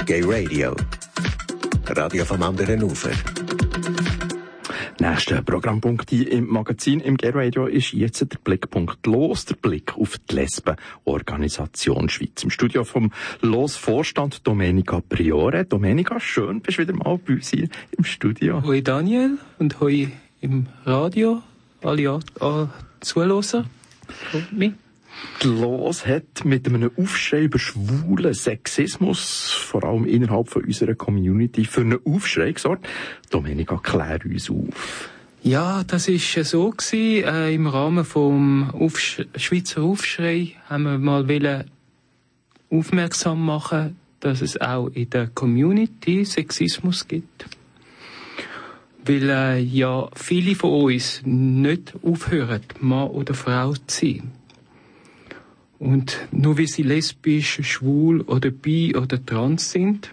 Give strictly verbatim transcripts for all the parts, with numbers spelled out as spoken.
Gay Radio. Radio vom anderen Ufer. Nächster Programmpunkt hier im Magazin im Gay Radio ist jetzt der Blickpunkt Los, der Blick auf die Lesbenorganisation Schweiz. Im Studio vom Los-Vorstand Domenica Priore. Domenica, schön, bist du wieder mal bei uns hier im Studio. Hoi Daniel und hoi im Radio, alle, alle Zuhörer. Die Los hat mit einem Aufschrei über schwulen Sexismus, vor allem innerhalb von unserer Community, für einen Aufschrei gesorgt. Domenica, klär uns auf. Ja, das war so gewesen. Äh, im Rahmen vom Aufsch- Schweizer Aufschrei haben wir mal wollen aufmerksam machen, dass es auch in der Community Sexismus gibt. Weil äh, ja viele von uns nicht aufhören, Mann oder Frau zu sein. Und nur weil sie lesbisch, schwul oder bi oder trans sind,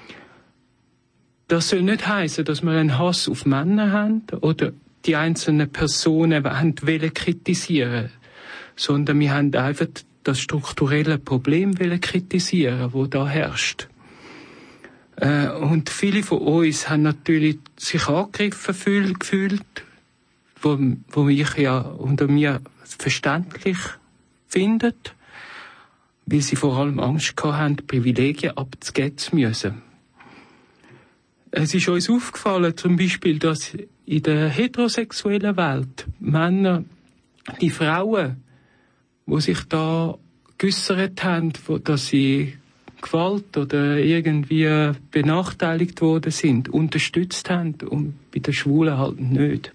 das soll nicht heißen, dass wir einen Hass auf Männer haben oder die einzelnen Personen wollen kritisieren, sondern wir haben einfach das strukturelle Problem wollen kritisieren, wo da herrscht. Äh, und viele von uns haben natürlich sich angegriffen fühl, gefühlt, wo, wo ich ja unter mir verständlich finde, weil sie vor allem Angst hatten, Privilegien abzugeben zu müssen. Es ist uns aufgefallen, zum Beispiel, dass in der heterosexuellen Welt Männer, die Frauen, die sich da geäussert haben, dass sie Gewalt oder irgendwie benachteiligt worden sind, unterstützt haben und bei den Schwulen halt nicht.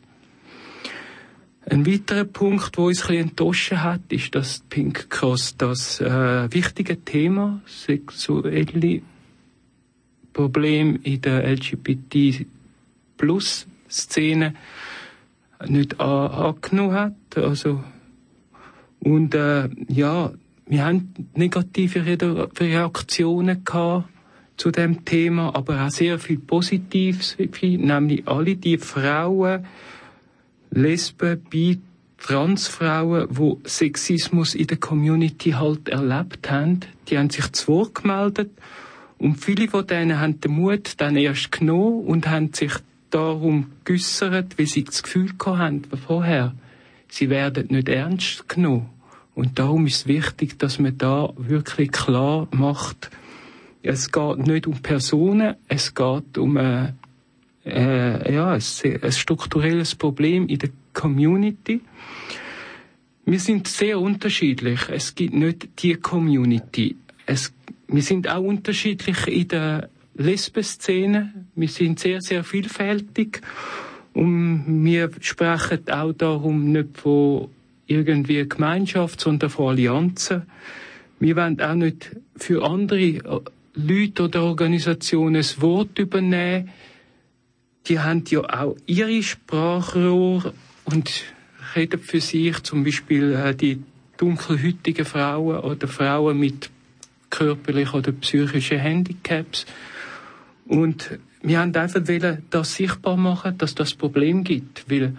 Ein weiterer Punkt, der uns ein bisschen enttäuscht hat, ist, dass Pink Cross das äh, wichtige Thema sexuelle Probleme in der L G B T Plus Szene nicht an, angenommen hat. Also, und äh, ja, wir haben negative Re- Reaktionen gehabt zu dem Thema, aber auch sehr viel Positives, nämlich alle die Frauen, Lesben, Bi, Transfrauen, die Sexismus in der Community halt erlebt haben, die haben sich zu Wort gemeldet und viele von denen haben den Mut dann erst genommen und haben sich darum geäussert, weil sie das Gefühl hatten vorher, sie werden nicht ernst genommen. Und darum ist es wichtig, dass man da wirklich klar macht, es geht nicht um Personen, es geht um eine Äh, ja, ein, ein strukturelles Problem in der Community. Wir sind sehr unterschiedlich. Es gibt nicht die Community. Es, wir sind auch unterschiedlich in der Lesben-Szene. Wir sind sehr, sehr vielfältig. Und wir sprechen auch darum nicht von irgendwie Gemeinschaft, sondern von Allianzen. Wir wollen auch nicht für andere Leute oder Organisationen das Wort übernehmen. Die haben ja auch ihre Sprachrohr und reden für sich, zum Beispiel äh, die dunkelhäutigen Frauen oder Frauen mit körperlichen oder psychischen Handicaps. Und wir haben einfach wollen, das sichtbar machen, dass das Problem gibt, weil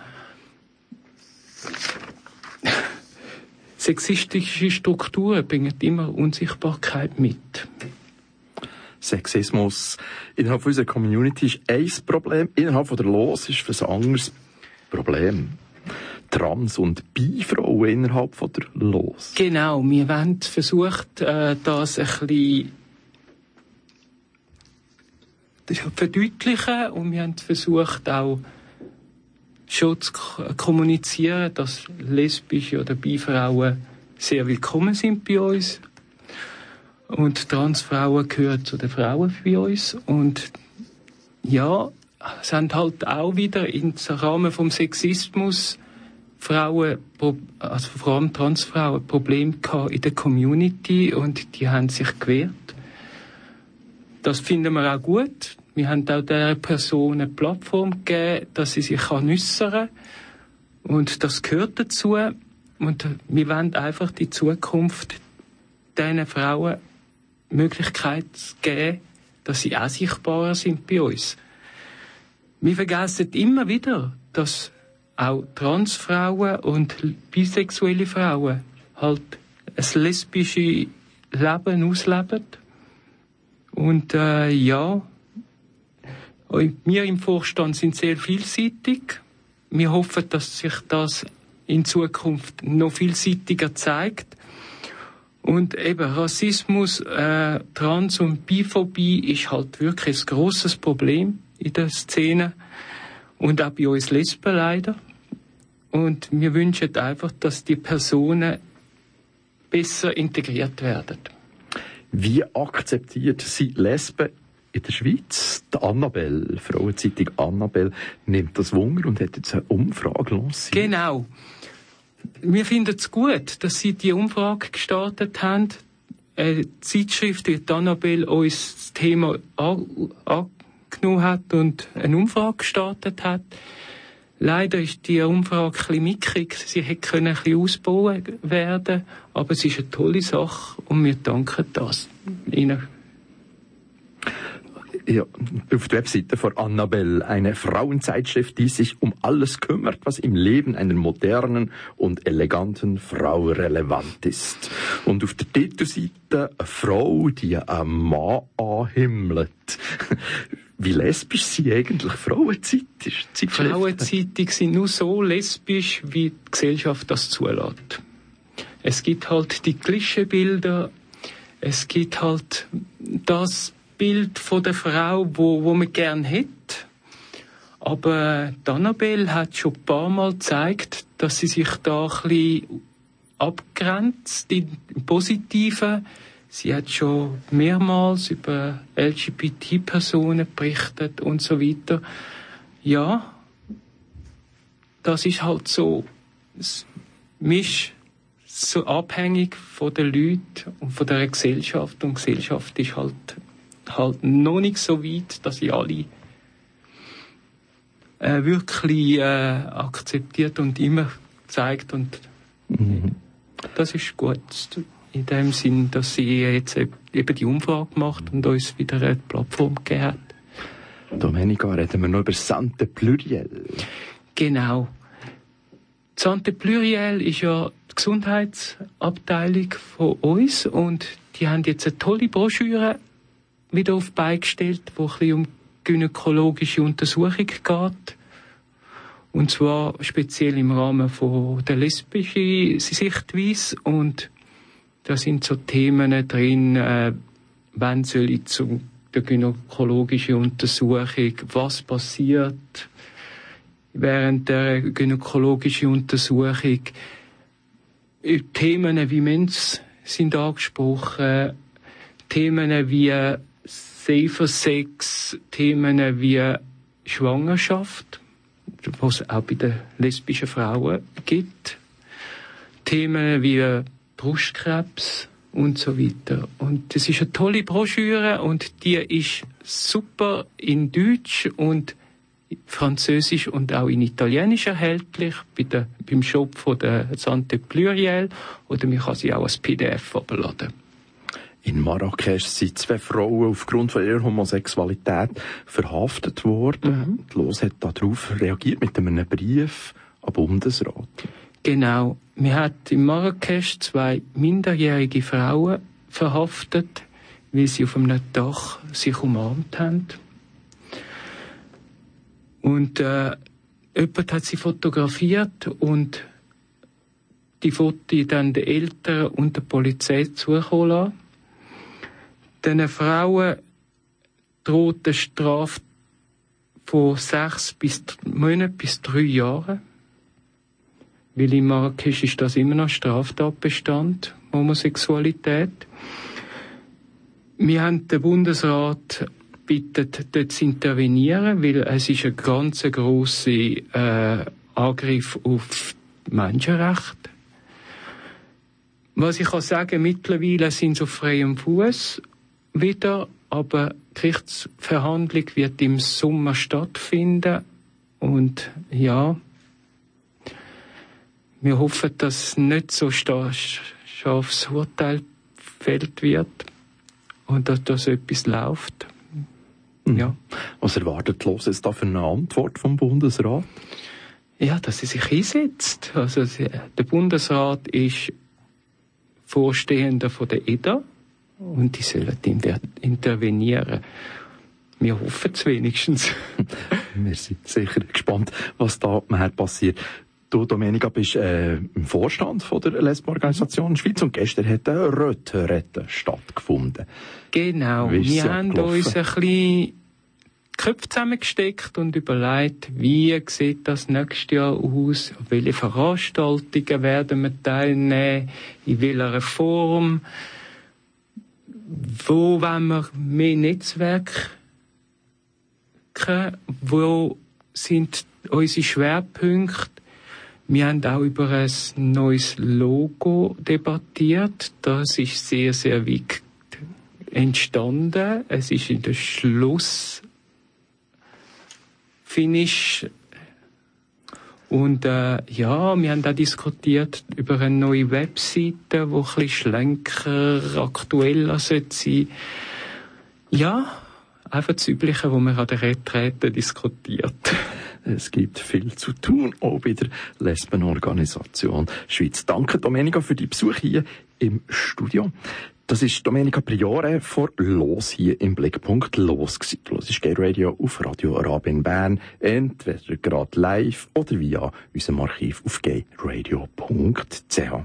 sexistische Strukturen bringen immer Unsichtbarkeit mit. Sexismus innerhalb unserer Community ist ein Problem, innerhalb von der Los ist ein anderes Problem. Trans- und Bi-Frauen innerhalb von der Los. Genau, wir haben versucht, das ein bisschen zu verdeutlichen und wir haben versucht auch schon zu kommunizieren, dass lesbische oder Bi-Frauen sehr willkommen sind bei uns. Und Transfrauen gehören zu den Frauen bei uns. Und ja, es haben halt auch wieder im Rahmen vom Sexismus Frauen, also vor allem Transfrauen, Probleme gehabt in der Community und die haben sich gewehrt. Das finden wir auch gut. Wir haben auch dieser Person eine Plattform gegeben, dass sie sich äußern kann. Und das gehört dazu. Und wir wollen einfach die Zukunft diesen Frauen Möglichkeit geben, dass sie auch sichtbarer sind bei uns. Wir vergessen immer wieder, dass auch Transfrauen und bisexuelle Frauen halt ein lesbisches Leben ausleben Und äh, ja, wir im Vorstand sind sehr vielseitig. Wir hoffen, dass sich das in Zukunft noch vielseitiger zeigt. Und eben Rassismus, äh, Trans- und Biphobie ist halt wirklich ein grosses Problem in der Szene. Und auch bei uns Lesben leider. Und wir wünschen einfach, dass die Personen besser integriert werden. Wie akzeptiert sie Lesben in der Schweiz? Die Annabelle, Frauenzeitung Annabelle, nimmt das Wunder und hat jetzt eine Umfrage lanciert. Genau. Wir finden es gut, dass sie die Umfrage gestartet haben. Eine Zeitschrift wie die Annabelle uns das Thema angenommen hat und eine Umfrage gestartet hat. Leider ist die Umfrage ein bisschen mickrig. Sie hätte ein bisschen ausbauen werden, aber es ist eine tolle Sache und wir danken das Ihnen. Ja, auf der Webseite von Annabelle, eine Frauenzeitschrift, die sich um alles kümmert, was im Leben einer modernen und eleganten Frau relevant ist. Und auf der Titelseite eine Frau, die einen Mann anhimmelt. Wie lesbisch sind eigentlich Frauenzeitung? Frauenzeitung sind nur so lesbisch, wie die Gesellschaft das zulässt. Es gibt halt die Klischeebilder, es gibt halt das Bild von der Frau, wo, wo man gern hätte. Aber die Annabelle hat schon ein paar Mal gezeigt, dass sie sich da ein bisschen abgrenzt, im Positiven. Sie hat schon mehrmals über L G B T-Personen berichtet und so weiter. Ja, das ist halt so, man ist so abhängig von den Leuten und von der Gesellschaft. Und die Gesellschaft ist halt halt noch nicht so weit, dass sie alle äh, wirklich äh, akzeptiert und immer zeigt. Und mhm. das ist gut. In dem Sinn, dass sie jetzt eben die Umfrage macht und uns wieder eine Plattform gegeben hat. Domenica, reden wir noch über Santé Pluriel. Genau. Santé Pluriel ist ja die Gesundheitsabteilung von uns und die haben jetzt eine tolle Broschüre wieder auf die Beine gestellt, wo ein bisschen um gynäkologische Untersuchung geht. Und zwar speziell im Rahmen von der lesbischen Sichtweise. Und da sind so Themen drin, äh, wann soll ich zu der gynäkologischen Untersuchung, was passiert während der gynäkologischen Untersuchung. Themen wie Mens sind angesprochen, Themen wie Safer Sex, Themen wie Schwangerschaft, was es auch bei den lesbischen Frauen gibt, Themen wie Brustkrebs und so weiter. Und das ist eine tolle Broschüre und die ist super in Deutsch und Französisch und auch in Italienisch erhältlich bei der, beim Shop von der Santé Pluriel, oder man kann sie auch als P D F abladen. In Marrakesch sind zwei Frauen aufgrund von ihrer Homosexualität verhaftet worden. Mhm. Die Los hat darauf reagiert mit einem Brief an den Bundesrat. Genau. Man hat in Marrakesch zwei minderjährige Frauen verhaftet, weil sie auf einem Dach sich umarmt haben. Und äh, jemand hat sie fotografiert und die Fotos dann den Eltern und der Polizei zukommen lassen. Diesen Frauen droht eine Strafe von sechs bis Monaten bis drei Jahren. Weil in Marrakesch ist das immer noch Straftatbestand, Homosexualität. Wir haben den Bundesrat bittet, dort zu intervenieren, weil es ist ein ganz grosser äh, Angriff auf Menschenrechte. Was ich kann sagen, mittlerweile sind sie auf freiem Fuß wieder, aber die Gerichtsverhandlung wird im Sommer stattfinden und ja, wir hoffen, dass nicht so scharfes Urteil gefällt wird und dass das etwas läuft. Mhm. Ja. Was erwartet los jetzt da für eine Antwort vom Bundesrat? Ja, dass sie sich einsetzt. Also der Bundesrat ist Vorstehender von der E D A, und die sollen inter- intervenieren. Wir hoffen es wenigstens. Wir sind sicher gespannt, was da mehr passiert. Du, Domenica, bist äh, im Vorstand von der Lesbenorganisation Schweiz und gestern hat eine Retrette stattgefunden. Genau, wir haben uns ein bisschen die Köpfe zusammengesteckt und überlegt, wie sieht das nächstes Jahr aus, auf welche Veranstaltungen werden wir teilnehmen, in welcher Form, wo wollen wir mehr Netzwerke, wo sind unsere Schwerpunkte. Wir haben auch über ein neues Logo debattiert. Das ist sehr, sehr wichtig entstanden. Es ist in der Schluss Finish. Und äh, ja, wir haben auch diskutiert über eine neue Webseite, die ein bisschen schlanker, aktueller sein sollte. Ja, einfach das Übliche, was man an der Retrette diskutiert. Es gibt viel zu tun, auch bei der Lesbenorganisation Schweiz. Danke, Domenica, für die Besuch hier im Studio. Das ist Domenica Priore vor Los hier im Blickpunkt Los gewesen. Los ist Gay Radio auf Radio Arab in Bern, entweder gerade live oder via unserem Archiv auf gay radio punkt c h.